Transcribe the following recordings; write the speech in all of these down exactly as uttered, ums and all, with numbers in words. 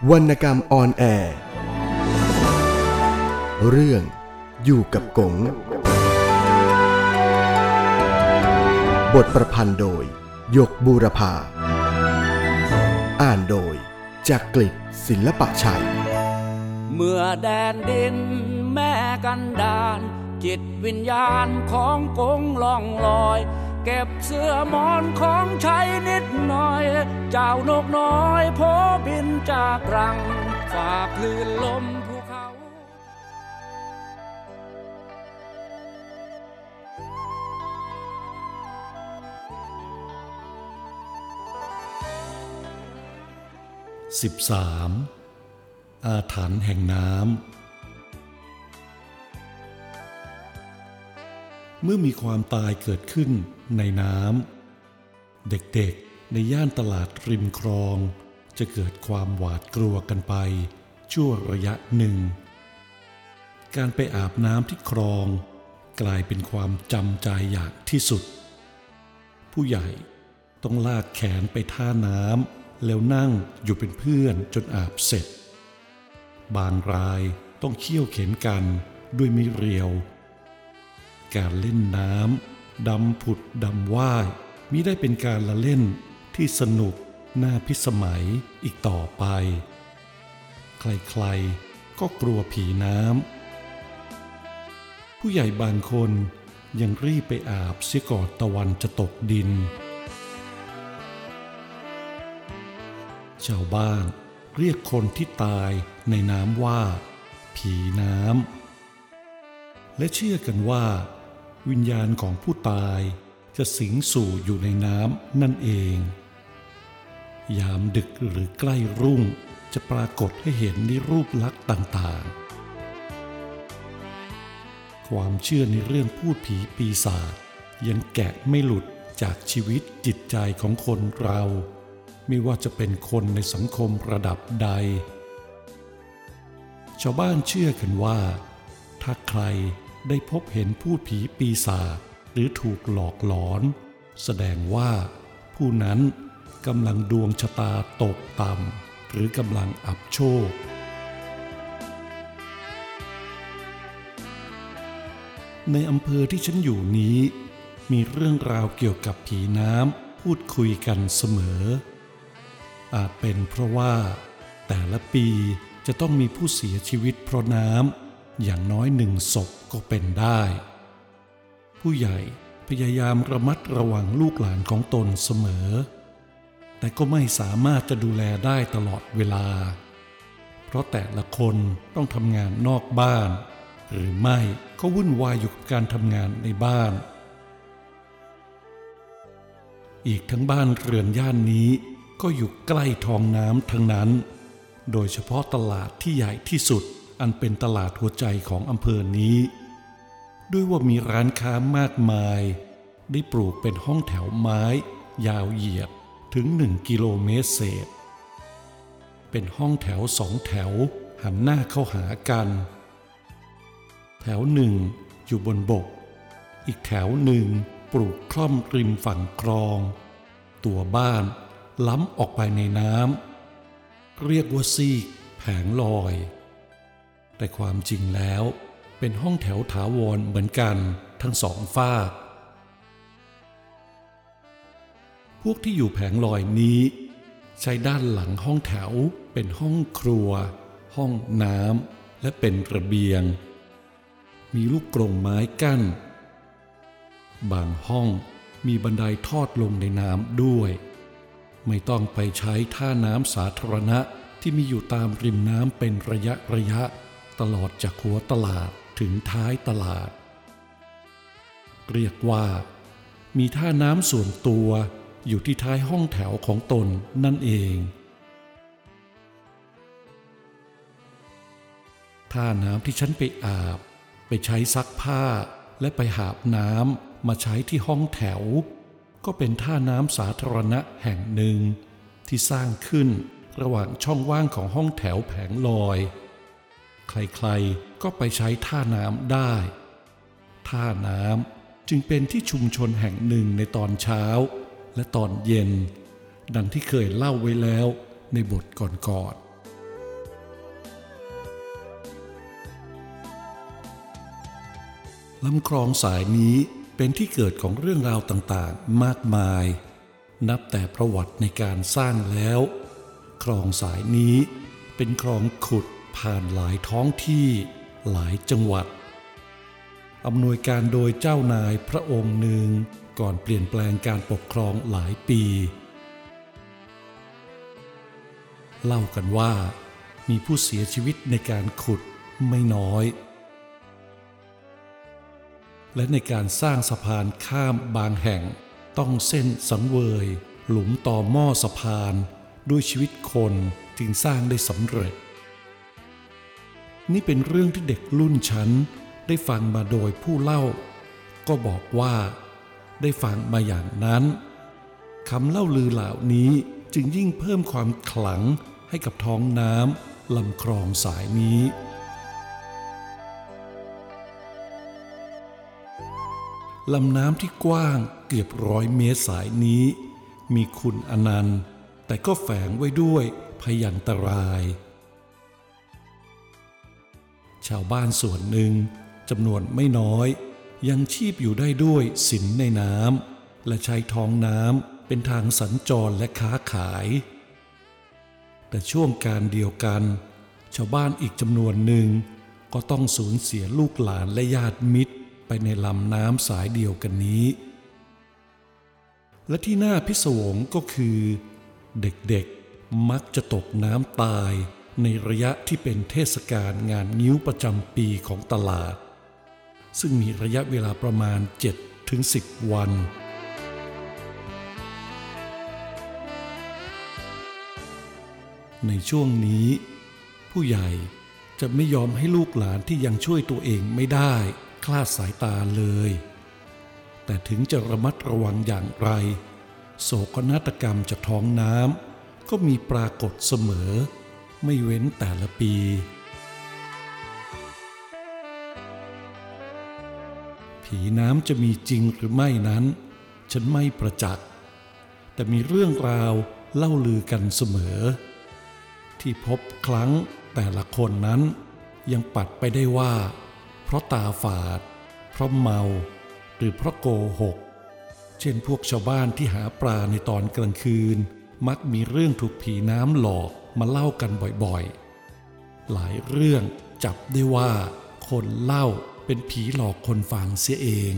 วรรณกรรมออนแอร์เรื่องอยู่กับกงบทประพันธ์โดยหยกบูรพาอ่านโดยจักริดศิลปะชัยเมื่อแดนดินแม่กันดานจิตวิญญาณของกงล่องลอยเก็บเสื้อมอนของใช้นิดหน่อยเจ้านกน้อยโผบินจากรังฝากคลื่นลมภูเขาสิบสามอาถรรพ์แห่งน้ำเมื่อมีความตายเกิดขึ้นในน้ำเด็กๆในย่านตลาดริมคลองจะเกิดความหวาดกลัวกันไปชั่วระยะหนึ่งการไปอาบน้ำที่คลองกลายเป็นความจำใจอย่างที่สุดผู้ใหญ่ต้องลากแขนไปท่าน้ำแล้วนั่งอยู่เป็นเพื่อนจนอาบเสร็จบางรายต้องเขี่ยวเข็นกันด้วยไม้เรียวการเล่นน้ำดำผุดดำว่ายมิได้เป็นการละเล่นที่สนุกน่าพิสมัยอีกต่อไปใครๆก็กลัวผีน้ำผู้ใหญ่บางคนยังรีบไปอาบเสียก่อนตะวันจะตกดินชาวบ้านเรียกคนที่ตายในน้ำว่าผีน้ำและเชื่อกันว่าวิญญาณของผู้ตายจะสิงสู่อยู่ในน้ำนั่นเองยามดึกหรือใกล้รุ่งจะปรากฏให้เห็นในรูปลักษณ์ต่างๆความเชื่อในเรื่องพูดผีปีศาจยังแกะไม่หลุดจากชีวิตจิตใจของคนเราไม่ว่าจะเป็นคนในสังคมระดับใดชาวบ้านเชื่อกันว่าถ้าใครได้พบเห็นพูดผีปีศาจหรือถูกหลอกหลอนแสดงว่าผู้นั้นกำลังดวงชะตาตกต่ำหรือกำลังอับโชคในอำเภอที่ฉันอยู่นี้มีเรื่องราวเกี่ยวกับผีน้ำพูดคุยกันเสมออาจเป็นเพราะว่าแต่ละปีจะต้องมีผู้เสียชีวิตเพราะน้ำอย่างน้อยหนึ่งศพก็เป็นได้ผู้ใหญ่พยายามระมัดระวังลูกหลานของตนเสมอแต่ก็ไม่สามารถจะดูแลได้ตลอดเวลาเพราะแต่ละคนต้องทำงานนอกบ้านหรือไม่ก็วุ่นวายอยู่กับการทำงานในบ้านอีกทั้งบ้านเรือนย่านนี้ก็อยู่ใกล้ท้องน้ำทั้งนั้นโดยเฉพาะตลาดที่ใหญ่ที่สุดอันเป็นตลาดหัวใจของอำเภอนี้ด้วยว่ามีร้านค้ามากมายได้ปลูกเป็นห้องแถวไม้ยาวเหยียดถึงหนึ่งกิโลเมตรเศษเป็นห้องแถวสองแถวหันหน้าเข้าหากันแถวหนึ่งอยู่บนบกอีกแถวหนึ่งปลูกคล่อมริมฝั่งคลองตัวบ้านล้ำออกไปในน้ำเรียกว่าซีกแผงลอยแต่ความจริงแล้วเป็นห้องแถวถาวรเหมือนกันทั้งสองฝากพวกที่อยู่แผงลอยนี้ใช้ด้านหลังห้องแถวเป็นห้องครัวห้องน้ำและเป็นระเบียงมีลูกกรงไม้กั้นบางห้องมีบันไดทอดลงในน้ำด้วยไม่ต้องไปใช้ท่าน้ำสาธารณะที่มีอยู่ตามริมน้ำเป็นระยะระยะตลอดจากหัวตลาดถึงท้ายตลาดเรียกว่ามีท่าน้ำส่วนตัวอยู่ที่ท้ายห้องแถวของตนนั่นเองท่าน้ำที่ฉันไปอาบไปใช้ซักผ้าและไปหาบน้ำมาใช้ที่ห้องแถวก็เป็นท่าน้ำสาธารณะแห่งหนึ่งที่สร้างขึ้นระหว่างช่องว่างของห้องแถวแผงลอยใครๆก็ไปใช้ท่าน้ำได้ท่าน้ำจึงเป็นที่ชุมชนแห่งหนึ่งในตอนเช้าและตอนเย็นดังที่เคยเล่าไว้แล้วในบทก่อนๆลำคลองสายนี้เป็นที่เกิดของเรื่องราวต่างๆมากมายนับแต่ประวัติในการสร้างแล้วคลองสายนี้เป็นคลองขุดผ่านหลายท้องที่หลายจังหวัดอำนวยการโดยเจ้านายพระองค์หนึ่งก่อนเปลี่ยนแปลงการปกครองหลายปีเล่ากันว่ามีผู้เสียชีวิตในการขุดไม่น้อยและในการสร้างสะพานข้ามบางแห่งต้องเส้นสังเวยหลุมต่อหม้อสะพานด้วยชีวิตคนจึงสร้างได้สำเร็จนี่เป็นเรื่องที่เด็กรุ่นฉันได้ฟังมาโดยผู้เล่าก็บอกว่าได้ฟังมาอย่างนั้นคำเล่าลือเหล่านี้จึงยิ่งเพิ่มความขลังให้กับท้องน้ำลำคลองสายนี้ลำน้ำที่กว้างเกือบร้อยเมตรสายนี้มีคุณอนันต์แต่ก็แฝงไว้ด้วยพยันตรายชาวบ้านส่วนหนึ่งจำนวนไม่น้อยยังชีพอยู่ได้ด้วยสินในน้ำและใช้ท้องน้ำเป็นทางสัญจรและค้าขายแต่ช่วงการเดียวกันชาวบ้านอีกจำนวนหนึ่งก็ต้องสูญเสียลูกหลานและญาติมิตรไปในลำน้ำสายเดียวกันนี้และที่น่าพิศวงก็คือเด็กๆมักจะตกน้ำตายในระยะที่เป็นเทศกาลงานงิ้วประจำปีของตลาดซึ่งมีระยะเวลาประมาณ เจ็ดถึงสิบ วันในช่วงนี้ผู้ใหญ่จะไม่ยอมให้ลูกหลานที่ยังช่วยตัวเองไม่ได้คลาดสายตาเลยแต่ถึงจะระมัดระวังอย่างไรโศกนาฏกรรมจากท้องน้ำก็มีปรากฏเสมอไม่เว้นแต่ละปีผีน้ำจะมีจริงหรือไม่นั้นฉันไม่ประจักษ์แต่มีเรื่องราวเล่าลือกันเสมอที่พบครั้งแต่ละคนนั้นยังปัดไปได้ว่าเพราะตาฝาดเพราะเมาหรือเพราะโกหกเช่นพวกชาวบ้านที่หาปลาในตอนกลางคืนมักมีเรื่องถูกผีน้ำหลอกมาเล่ากันบ่อยๆหลายเรื่องจับได้ว่าคนเล่าเป็นผีหลอกคนฟังเสียเอง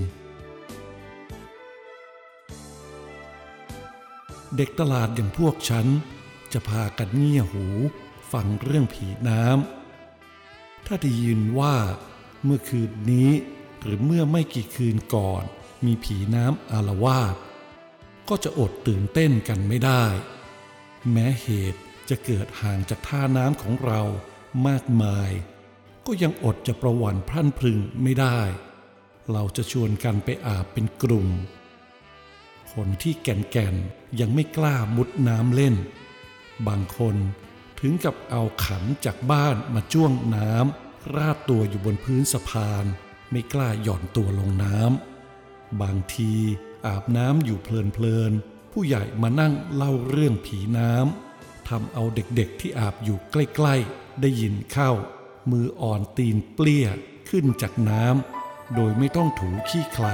เด็กตลาดอย่างพวกฉันจะพากันเงี่ยหูฟังเรื่องผีน้ำถ้าได้ยินว่าเมื่อคืนนี้หรือเมื่อไม่กี่คืนก่อนมีผีน้ำอาละวาดก็จะอดตื่นเต้นกันไม่ได้แม้เหตุจะเกิดห่างจากท่าน้ำของเรามากมายก็ยังอดจะประหวั่นพรั่นพรึงไม่ได้เราจะชวนกันไปอาบเป็นกลุ่มคนที่แก่นๆยังไม่กล้ามุดน้ำเล่นบางคนถึงกับเอาขันจากบ้านมาจ้วงน้ำราดตัวอยู่บนพื้นสะพานไม่กล้าหย่อนตัวลงน้ำบางทีอาบน้ำอยู่เพลินๆผู้ใหญ่มานั่งเล่าเรื่องผีน้ำทำเอาเด็กๆที่อาบอยู่ใกล้ๆได้ยินเข้ามืออ่อนตีนเปลี้ยขึ้นจากน้ำโดยไม่ต้องถูขี้ใคร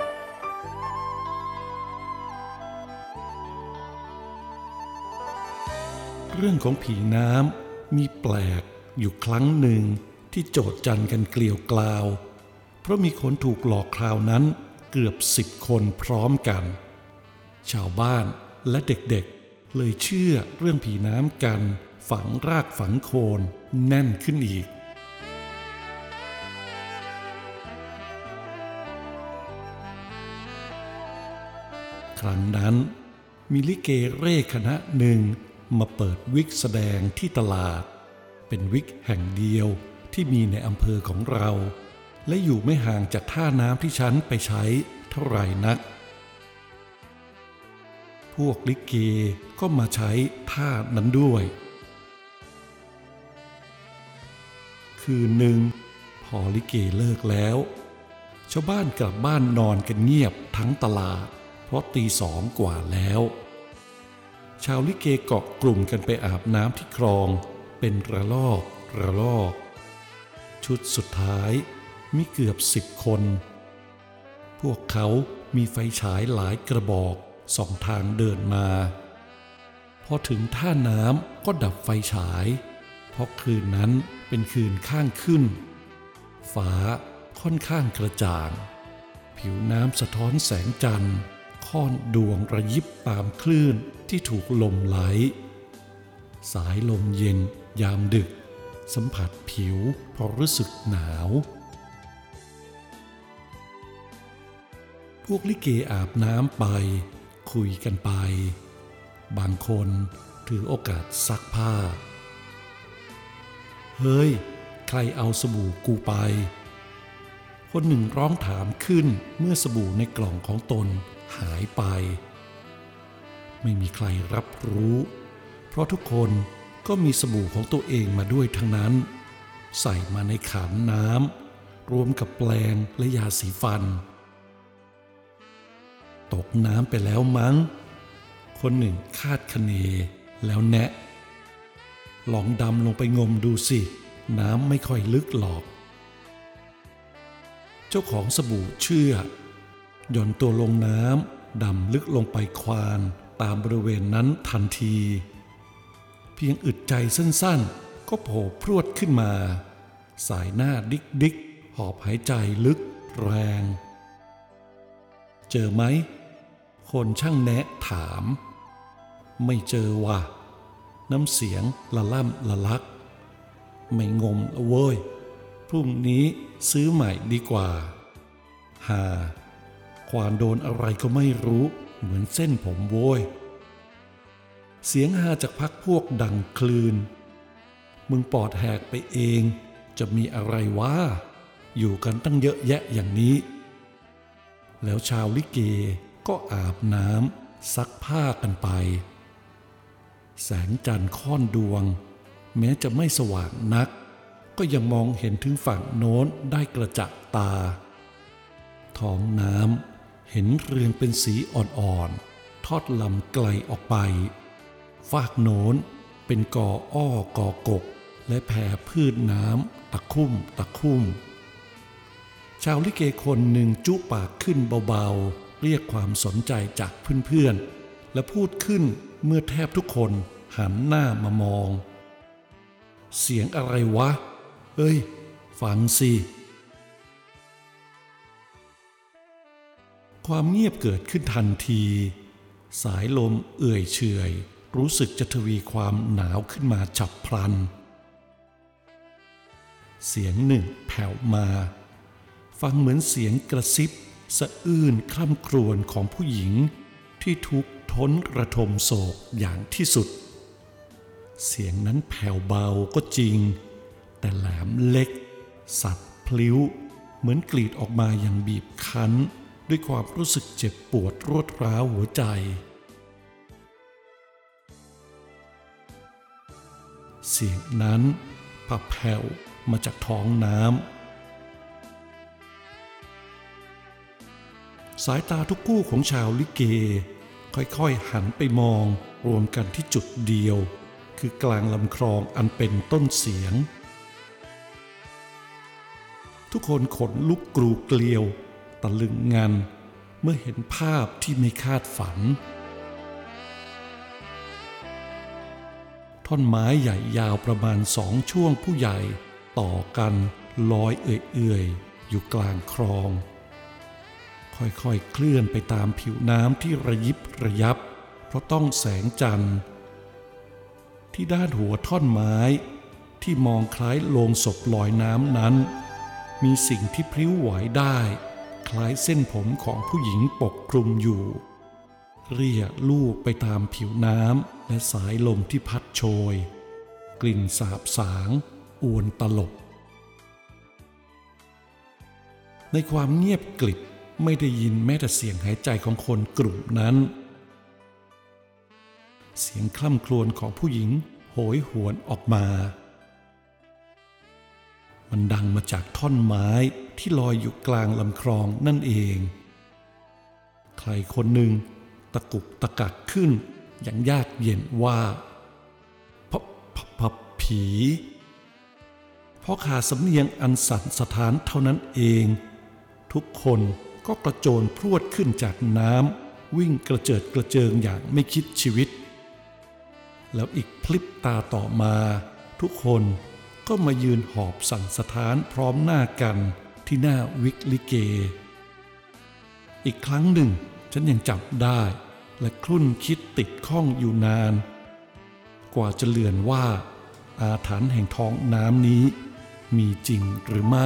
เรื่องของผีน้ำมีแปลกอยู่ครั้งหนึ่งที่โจษจันกันเกลียวกลาวเพราะมีคนถูกหลอกคราวนั้นเกือบสิบคนพร้อมกันชาวบ้านและเด็กๆเลยเชื่อเรื่องผีน้ำกันฝังรากฝังโคนแน่นขึ้นอีกครั้งนั้นมีลิเกเร่คณะหนึ่งมาเปิดวิกแสดงที่ตลาดเป็นวิกแห่งเดียวที่มีในอำเภอของเราและอยู่ไม่ห่างจากท่าน้ำที่ฉันไปใช้เท่าไหร่นักพวกลิเกก็มาใช้ท่านั้นด้วยคืนหนึ่งพอลิเกเลิกแล้วชาวบ้านกลับบ้านนอนกันเงียบทั้งตลาดเพราะตีสองกว่าแล้วชาวลิเกเกาะกลุ่มกันไปอาบน้ำที่คลองเป็นระลอกระลอกชุดสุดท้ายมีเกือบสิบคนพวกเขามีไฟฉายหลายกระบอกส่องทางเดินมาพอถึงท่าน้ำก็ดับไฟฉายเพราะคืนนั้นเป็นคืนข้างขึ้นฟ้าค่อนข้างกระจ่างผิวน้ำสะท้อนแสงจันทร์ค่อนดวงระยิบตามคลื่นที่ถูกลมไหลสายลมเย็นยามดึกสัมผัสผิวพอรู้สึกหนาวพวกลิเกอาบน้ำไปคุยกันไปบางคนถือโอกาสซักผ้าเฮ้ยใครเอาสบู่กูไปคนหนึ่งร้องถามขึ้นเมื่อสบู่ในกล่องของตนหายไปไม่มีใครรับรู้เพราะทุกคนก็มีสบู่ของตัวเองมาด้วยทั้งนั้นใส่มาในขันน้ำรวมกับแปรงและยาสีฟันตกน้ำไปแล้วมั้งคนหนึ่งคาดคะเนแล้วแนะลองดำลงไปงมดูสิน้ำไม่ค่อยลึกหรอกเจ้าของสบู่เชื่อหย่อนตัวลงน้ำดำลึกลงไปควานตามบริเวณนั้นทันทีเพียงอึดใจสั้นๆก็โผล่พรวดขึ้นมาสายหน้าดิกดิกหอบหายใจลึกแรงเจอไหมคนช่างแนะถามไม่เจอว่ะน้ำเสียงละล่ำละลักไม่งมละเว้ยพรุ่งนี้ซื้อใหม่ดีกว่าหาควานโดนอะไรก็ไม่รู้เหมือนเส้นผมโว้ยเสียงฮาจากพักพวกดังคลื่นมึงปอดแหกไปเองจะมีอะไรวะอยู่กันตั้งเยอะแยะอย่างนี้แล้วชาวลิเกก็อาบน้ำซักผ้ากันไปแสงจันทร์ค่อนดวงแม้จะไม่สว่างนักก็ยังมองเห็นถึงฝั่งโน้นได้กระจ่างตาท้องน้ำเห็นเรียงเป็นสีอ่อนๆทอดลำไกลออกไปฟากโน้นเป็นกออ้อกอกกและแผ่พืชน้ำตะคุ่มตะคุ่มชาวลิเกคนหนึ่งจุปากขึ้นเบาๆเรียกความสนใจจากเพื่อนๆและพูดขึ้นเมื่อแทบทุกคนหันหน้ามามองเสียงอะไรวะเอ้ยฟังสิความเงียบเกิดขึ้นทันทีสายลมเอื่อยเฉยรู้สึกจะทวีความหนาวขึ้นมาฉับพลันเสียงหนึ่งแผ่วมาฟังเหมือนเสียงกระซิบสะอื้นคร่ำครวญของผู้หญิงที่ทุกข์ทนระทมโศกอย่างที่สุดเสียงนั้นแผ่วเบาก็จริงแต่แหลมเล็กสัตว์พลิ้วเหมือนกรีดออกมาอย่างบีบคั้นด้วยความรู้สึกเจ็บปวดรวดร้าวหัวใจเสียงนั้นพับแผ่วมาจากท้องน้ำสายตาทุกคู่ของชาวลิเกค่อยๆหันไปมองรวมกันที่จุดเดียวคือกลางลำคลองอันเป็นต้นเสียงทุกคนขนลุกกรูเกลียวตะลึงงันเมื่อเห็นภาพที่ไม่คาดฝันท่อนไม้ใหญ่ยาวประมาณสองช่วงผู้ใหญ่ต่อกันลอยเอื่อยๆอยู่กลางคลองค่อยๆเคลื่อนไปตามผิวน้ำที่ระยิบระยับเพราะต้องแสงจันทร์ที่ด้านหัวท่อนไม้ที่มองคล้ายโลงศพลอยน้ำนั้นมีสิ่งที่พลิ้วไหวได้คล้ายเส้นผมของผู้หญิงปกคลุมอยู่เรียลู่ไปตามผิวน้ำและสายลมที่พัดโชยกลิ่นสาบสางอวนตลบในความเงียบกริบไม่ได้ยินแม้แต่เสียงหายใจของคนกลุ่มนั้นเสียงคล่ำครวญของผู้หญิงโหยหวนออกมามันดังมาจากท่อนไม้ที่ลอยอยู่กลางลำคลองนั่นเองใครคนหนึ่งตะกุกตะกักขึ้นอย่างยากเย็นว่าพบพบผีเพราะขาดสำเนียงอันสั่นสะท้านเท่านั้นเองทุกคนก็กระโจนพรวดขึ้นจากน้ำวิ่งกระเจิดกระเจิงอย่างไม่คิดชีวิตแล้วอีกพลิบตาต่อมาทุกคนก็มายืนหอบสั่นสะท้านพร้อมหน้ากันที่หน้าวิกลิเกอีกครั้งหนึ่งฉันยังจับได้และครุ่นคิดติดข้องอยู่นานกว่าจะเลือนว่าอาถรรพ์แห่งท้องน้ำนี้มีจริงหรือไม่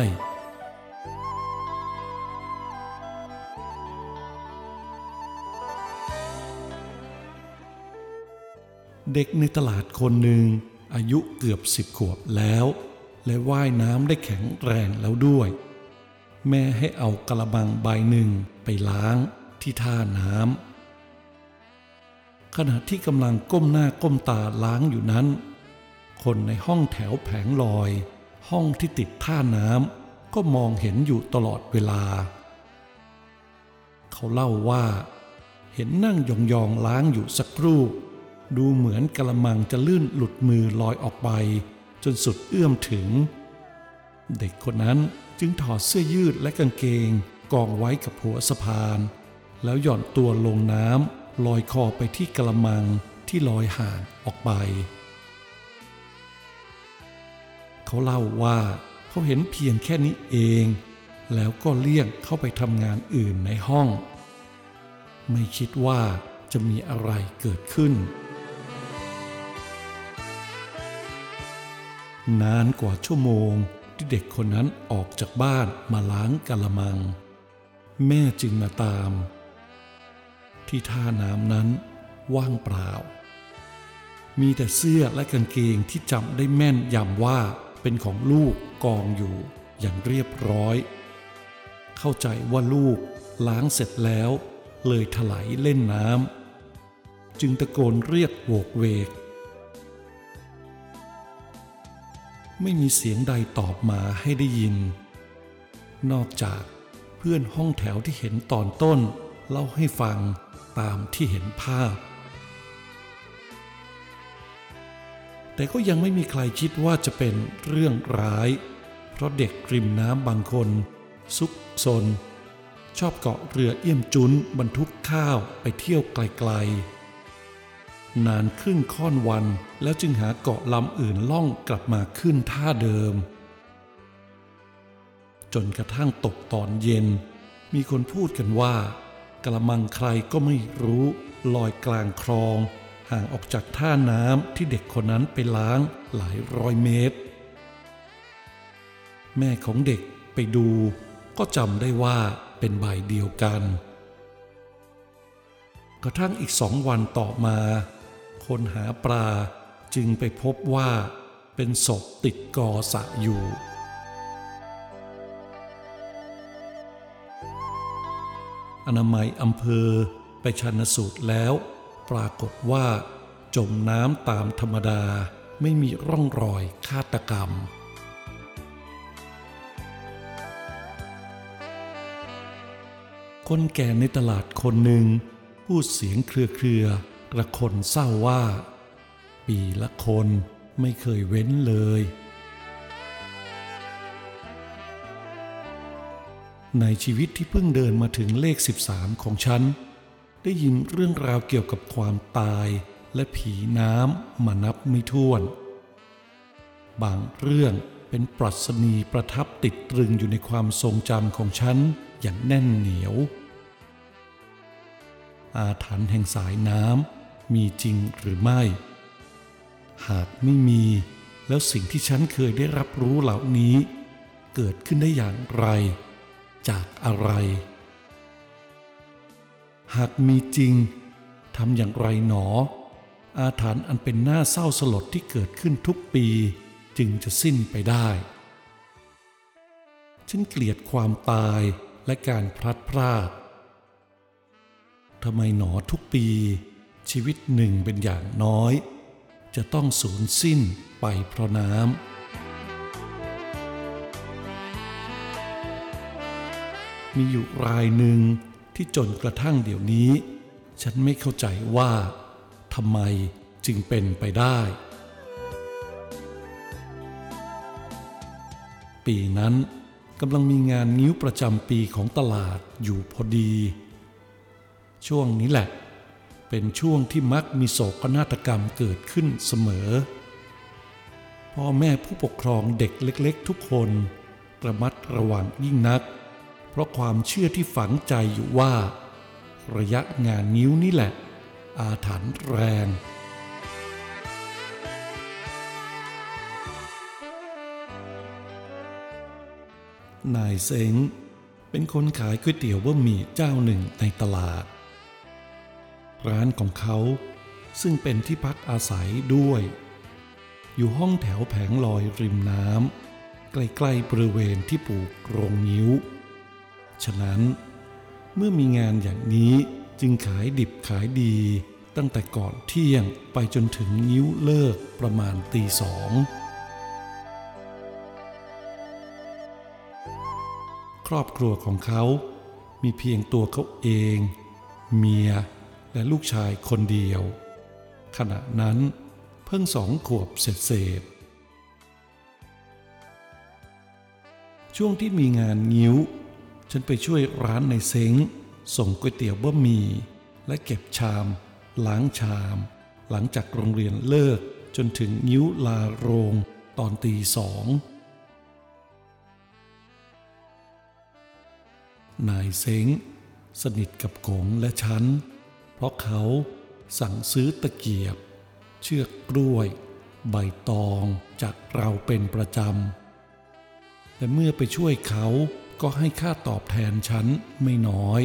เด็กในตลาดคนหนึ่งอายุเกือบสิบขวบแล้วและว่ายน้ำได้แข็งแรงแล้วด้วยแม่ให้เอากระมังใบหนึ่งไปล้างที่ท่าน้ำขณะที่กำลังก้มหน้าก้มตาล้างอยู่นั้นคนในห้องแถวแผงลอยห้องที่ติดท่าน้ำก็มองเห็นอยู่ตลอดเวลาเขาเล่าว่าเห็นนั่งยองๆล้างอยู่สักครู่ดูเหมือนกระมังจะลื่นหลุดมือลอยออกไปจนสุดเอื้อมถึงเด็กคนนั้นจึงถอดเสื้อยืดและกางเกงกองไว้กับหัวสะพานแล้วหย่อนตัวลงน้ำลอยคอไปที่กระมังที่ลอยห่างออกไปเขาเล่าว่าเขาเห็นเพียงแค่นี้เองแล้วก็เลี่ยงเข้าไปทำงานอื่นในห้องไม่คิดว่าจะมีอะไรเกิดขึ้นนานกว่าชั่วโมงที่เด็กคนนั้นออกจากบ้านมาล้างกะละมังแม่จึงมาตามที่ท่าน้ำนั้นว่างเปล่ามีแต่เสื้อและกางเกงที่จำได้แม่นยำว่าเป็นของลูกกองอยู่อย่างเรียบร้อยเข้าใจว่าลูกล้างเสร็จแล้วเลยถลายเล่นน้ำจึงตะโกนเรียกโวกเวกไม่มีเสียงใดตอบมาให้ได้ยินนอกจากเพื่อนห้องแถวที่เห็นตอนต้นเล่าให้ฟังตามที่เห็นภาพแต่ก็ยังไม่มีใครคิดว่าจะเป็นเรื่องร้ายเพราะเด็กริมน้ำบางคนซุกซนชอบเกาะเรือเอี้ยมจุ้นบรรทุกข้าวไปเที่ยวไกลๆนานครึ่งค่อนวันแล้วจึงหาเกาะลำอื่นล่องกลับมาขึ้นท่าเดิมจนกระทั่งตกตอนเย็นมีคนพูดกันว่ากระมังใครก็ไม่รู้ลอยกลางคลองห่างออกจากท่าน้ำที่เด็กคนนั้นไปล้างหลายร้อยเมตรแม่ของเด็กไปดูก็จำได้ว่าเป็นใบเดียวกันกระทั่งอีกสองวันต่อมาคนหาปลาจึงไปพบว่าเป็นศพติดกอสระอยู่อนามัยอำเภอไปชันสูตรแล้วปรากฏว่าจมน้ำตามธรรมดาไม่มีร่องรอยฆาตกรรมคนแก่ในตลาดคนหนึ่งพูดเสียงเครือๆกระคนเศร้าว่าปีละคนไม่เคยเว้นเลยในชีวิตที่เพิ่งเดินมาถึงเลขสิบสามของฉันได้ยินเรื่องราวเกี่ยวกับความตายและผีน้ำมานับไม่ถ้วนบางเรื่องเป็นปรัชนีประทับติดตรึงอยู่ในความทรงจำของฉันอย่างแน่นเหนียวอาถรรพ์แห่งสายน้ำมีจริงหรือไม่หากไม่มีแล้วสิ่งที่ฉันเคยได้รับรู้เหล่านี้เกิดขึ้นได้อย่างไรจากอะไรหากมีจริงทำอย่างไรหนออาถรรพ์อันเป็นหน้าเศร้าสลดที่เกิดขึ้นทุกปีจึงจะสิ้นไปได้ฉันเกลียดความตายและการพลัดพรากทำไมหนอทุกปีชีวิตหนึ่งเป็นอย่างน้อยจะต้องสูญสิ้นไปเพราะน้ำมีอยู่รายหนึ่งที่จนกระทั่งเดี๋ยวนี้ฉันไม่เข้าใจว่าทำไมจึงเป็นไปได้ปีนั้นกำลังมีงานงิ้วประจำปีของตลาดอยู่พอดีช่วงนี้แหละเป็นช่วงที่มักมีโศกนาฏกรรมเกิดขึ้นเสมอพ่อแม่ผู้ปกครองเด็กเล็กๆทุกคนระมัดระวังยิ่งนักเพราะความเชื่อที่ฝังใจอยู่ว่าระยะงานงิ้วนี่แหละอาถรรพ์แรงนายเซ้งเป็นคนขายก๋วยเตี๋ยวบะหมี่เจ้าหนึ่งในตลาดร้านของเขาซึ่งเป็นที่พักอาศัยด้วยอยู่ห้องแถวแผงลอยริมน้ำใกล้ๆบริเวณที่ปลูกโรงงิ้วฉะนั้นเมื่อมีงานอย่างนี้จึงขายดิบขายดีตั้งแต่ก่อนเที่ยงไปจนถึงงิ้วเลิกประมาณตีสองครอบครัวของเขามีเพียงตัวเขาเองเมียและลูกชายคนเดียวขณะนั้นเพิ่งสองขวบเศษๆช่วงที่มีงานงิ้วฉันไปช่วยร้านในเซ้งส่งก๋วยเตี๋ยวบะหมี่และเก็บชามล้างชามหลังจากโรงเรียนเลิกจนถึงงิ้วลาโรงตอนตีสองนายเซ้งสนิทกับกงและฉันเพราะเขาสั่งซื้อตะเกียบเชือกกล้วยใบตองจากเราเป็นประจำและเมื่อไปช่วยเขาก็ให้ค่าตอบแทนฉันไม่น้อย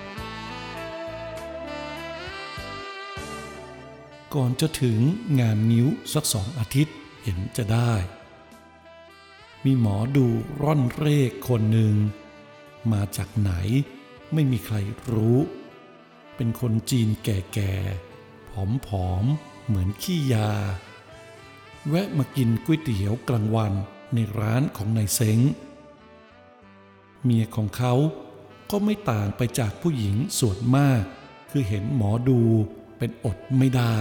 ก่อนจะถึงงานงิ้วสักสองอาทิตย์เห็นจะได้มีหมอดูร่อนเร่คนหนึ่งมาจากไหนไม่มีใครรู้เป็นคนจีนแก่ๆผอมๆเหมือนขี้ยาแวะมากินก๋วยเตี๋ยวกลางวันในร้านของนายเซ้งเมียของเขาก็ไม่ต่างไปจากผู้หญิงส่วนมากคือเห็นหมอดูเป็นอดไม่ได้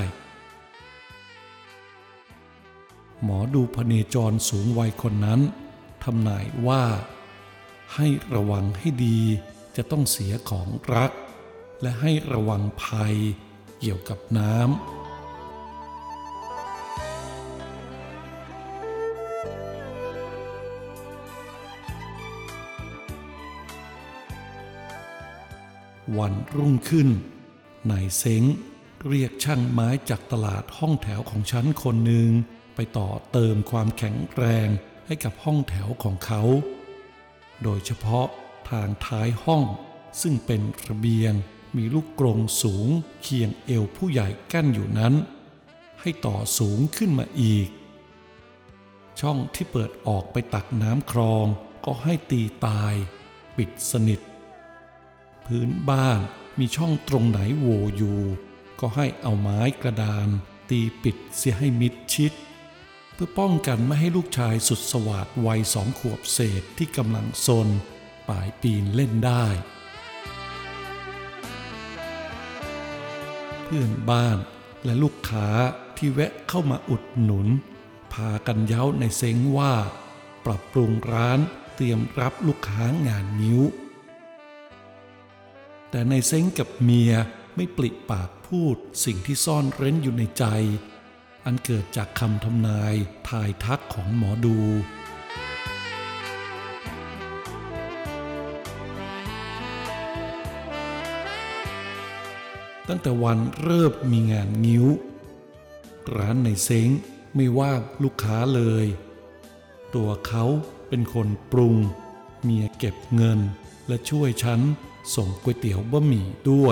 หมอดูพเนจรสูงวัยคนนั้นทำนายว่าให้ระวังให้ดีจะต้องเสียของรักและให้ระวังภัยเกี่ยวกับน้ำวันรุ่งขึ้นนายเซ้งเรียกช่างไม้จากตลาดห้องแถวของฉันคนหนึ่งไปต่อเติมความแข็งแรงให้กับห้องแถวของเขาโดยเฉพาะทางท้ายห้องซึ่งเป็นระเบียงมีลูกกรงสูงเคียงเอวผู้ใหญ่กั้นอยู่นั้นให้ต่อสูงขึ้นมาอีกช่องที่เปิดออกไปตักน้ำคลองก็ให้ตีตายปิดสนิทพื้นบ้านมีช่องตรงไหนโหว่อยู่ก็ให้เอาไม้กระดานตีปิดเสียให้มิดชิดเพื่อป้องกันไม่ให้ลูกชายสุดสวาทวัยสองขวบเศษที่กำลังซนป่ายปีนเล่นได้เพื่อนบ้านและลูกค้าที่แวะเข้ามาอุดหนุนพากันเย้าในเซ้งว่าปรับปรุงร้านเตรียมรับลูกค้างานงิ้วแต่ในเซ้งกับเมียไม่ปลิปากพูดสิ่งที่ซ่อนเร้นอยู่ในใจอันเกิดจากคำทำนายทายทักของหมอดูตั้งแต่วันเริ่มมีงานงิ้วร้านในเซ้งไม่ว่างลูกค้าเลยตัวเขาเป็นคนปรุงเมียเก็บเงินและช่วยฉันส่งก๋วยเตี๋ยวบะหมี่ด้วย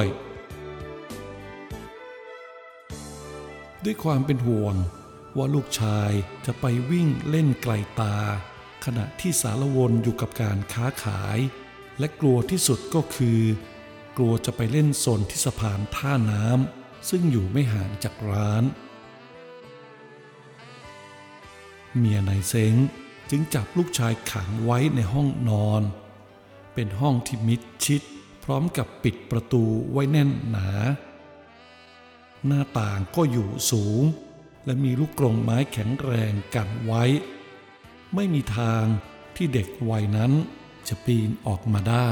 ด้วยความเป็นห่วงว่าลูกชายจะไปวิ่งเล่นไกลตาขณะที่สารวนอยู่กับการค้าขายและกลัวที่สุดก็คือกลัวจะไปเล่นโซนที่สะพานท่าน้ำซึ่งอยู่ไม่ห่างจากร้านเมียนายเซ้งจึงจับลูกชายขังไว้ในห้องนอนเป็นห้องที่มิดชิดพร้อมกับปิดประตูไว้แน่นหนาหน้าต่างก็อยู่สูงและมีลูกกรงไม้แข็งแรงกันไว้ไม่มีทางที่เด็กวัยนั้นจะปีนออกมาได้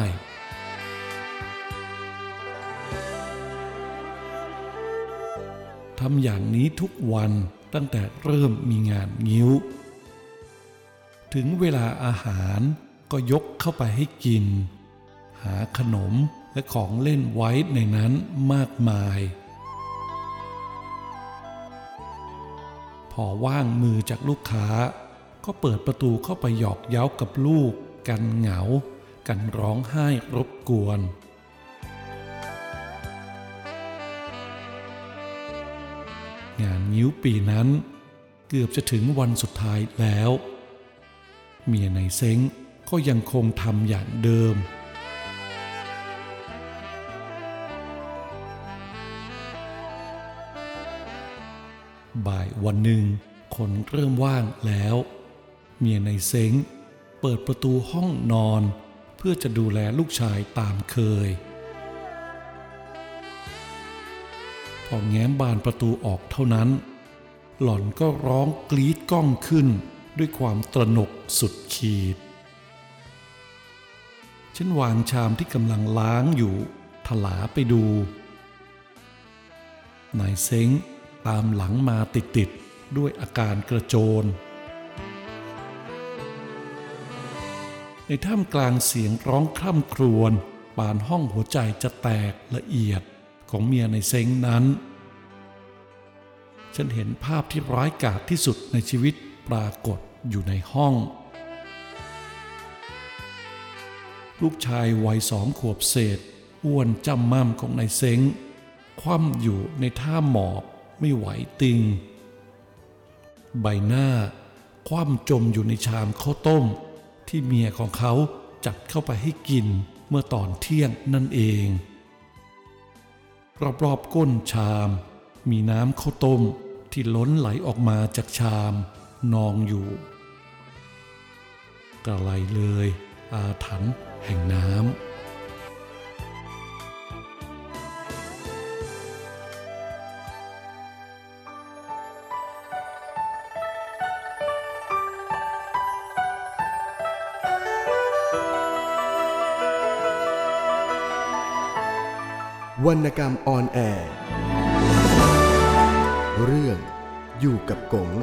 ทำอย่างนี้ทุกวันตั้งแต่เริ่มมีงานงิ้วถึงเวลาอาหารก็ยกเข้าไปให้กินหาขนมและของเล่นไว้ในนั้นมากมายพอว่างมือจากลูกค้าก็เปิดประตูเข้าไปหยอกเย้ากับลูกกันเหงากันร้องไห้รบกวนงานงิ้วปีนั้นเกือบจะถึงวันสุดท้ายแล้วเมียนายเซ้งก็ยังคงทำอย่างเดิมบ่ายวันหนึ่งคนเริ่มว่างแล้วเมียนายเซ้งเปิดประตูห้องนอนเพื่อจะดูแลลูกชายตามเคยพอแง้มบานประตูออกเท่านั้นหล่อนก็ร้องกรี๊ดก้องขึ้นด้วยความตระหนกสุดขีดฉันวางชามที่กำลังล้างอยู่ถลาไปดูนายเซ้งตามหลังมาติดๆด้วยอาการกระโจนในท่ามกลางเสียงร้องคร่ำครวญปานห้องหัวใจจะแตกละเอียดของเมียนายเซ้งนั้นฉันเห็นภาพที่ร้ายกาจที่สุดในชีวิตปรากฏอยู่ในห้องลูกชายวัยสองขวบเศษอ้วนจำม่ำของนายเซ้งคว่ำอยู่ในท่าหมอบไม่ไหวติงใบหน้าคว่ำจมอยู่ในชามข้าวต้มที่เมียของเขาจัดเข้าไปให้กินเมื่อตอนเที่ยงนั่นเองรอบๆก้นชามมีน้ำข้าวต้มที่ล้นไหลออกมาจากชามนองอยู่กระไรเลยอาถรรพ์แห่งน้ำวรรณกรรมออนแอร์เรื่องอยู่กับกง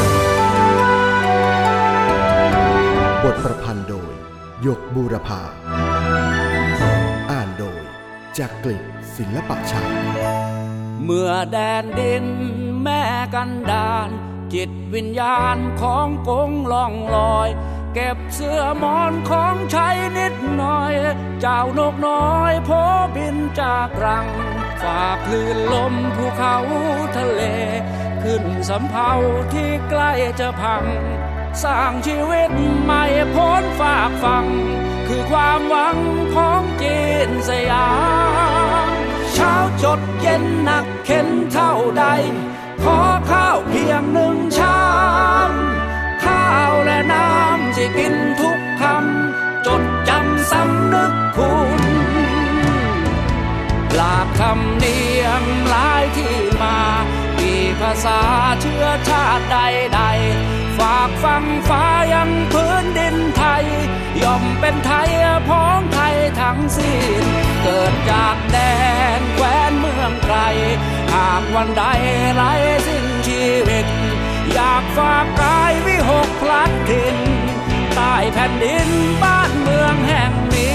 บทประพันธ์โดยหยกบูรพาอ่านโดยจักริดศิลปะชัยเมื่อแดนดินแม่กันดานจิตวิญญาณของกงล่องลอยเก็บเสื้อมอนของใช้นิดหน่อยเจ้านกน้อยโผบินจากรังฝากคลื่นลมภูเขาทะเลขึ้นสำเภาที่ใกล้จะพังสร้างชีวิตใหม่พ้นฝากฟังคือความหวังของจีนสยามเช้าจดเย็นหนักเข็นเท่าใดขอข้าวเพียงหนึ่งชามข้าวและน้ำที่กินทุกคำจดจำสำนึกคุณหลากคำเนียมหลายที่มากี่ภาษาเชื้อชาติใดๆฝากฟังฟ้ายังพื้นดินไทยย่อมเป็นไทยพ้องไทยทั้งสิ้นเกิดจากแดนแคว้นเมืองไกลหากวันใดไร้สิ้นชีวิตอยากฝากกายวิหกพลัดถิ่นใต้แผ่นดินบ้านเมืองแห่งนี้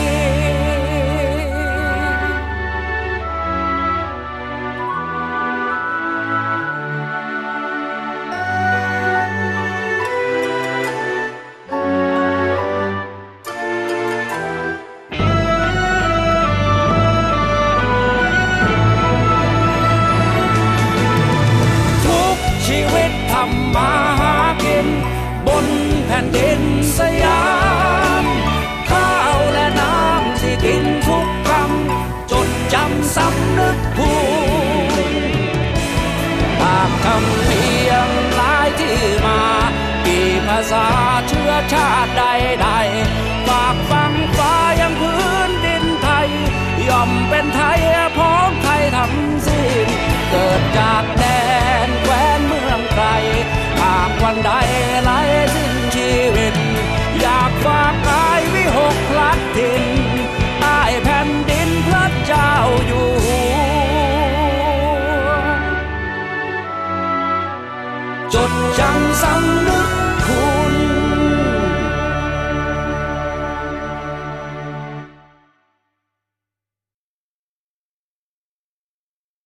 มาหากินบนแผ่นดินสยามข้าวและน้ำที่กินทุกคำจดจำสำนึกคุณตามคำเพียงหลายที่มากี่ภาษาเชื้อชาติใดๆฝากฟังฟ้ายังพื้นดินไทยย่อมเป็นไทยพ้องไทยทั้งสิ้นเกิดจากแดนแคว้นเมืองไกลหากวันใดไร้สิ้นชีวิตอยากฝากกายวิหกพลัำซ้ำ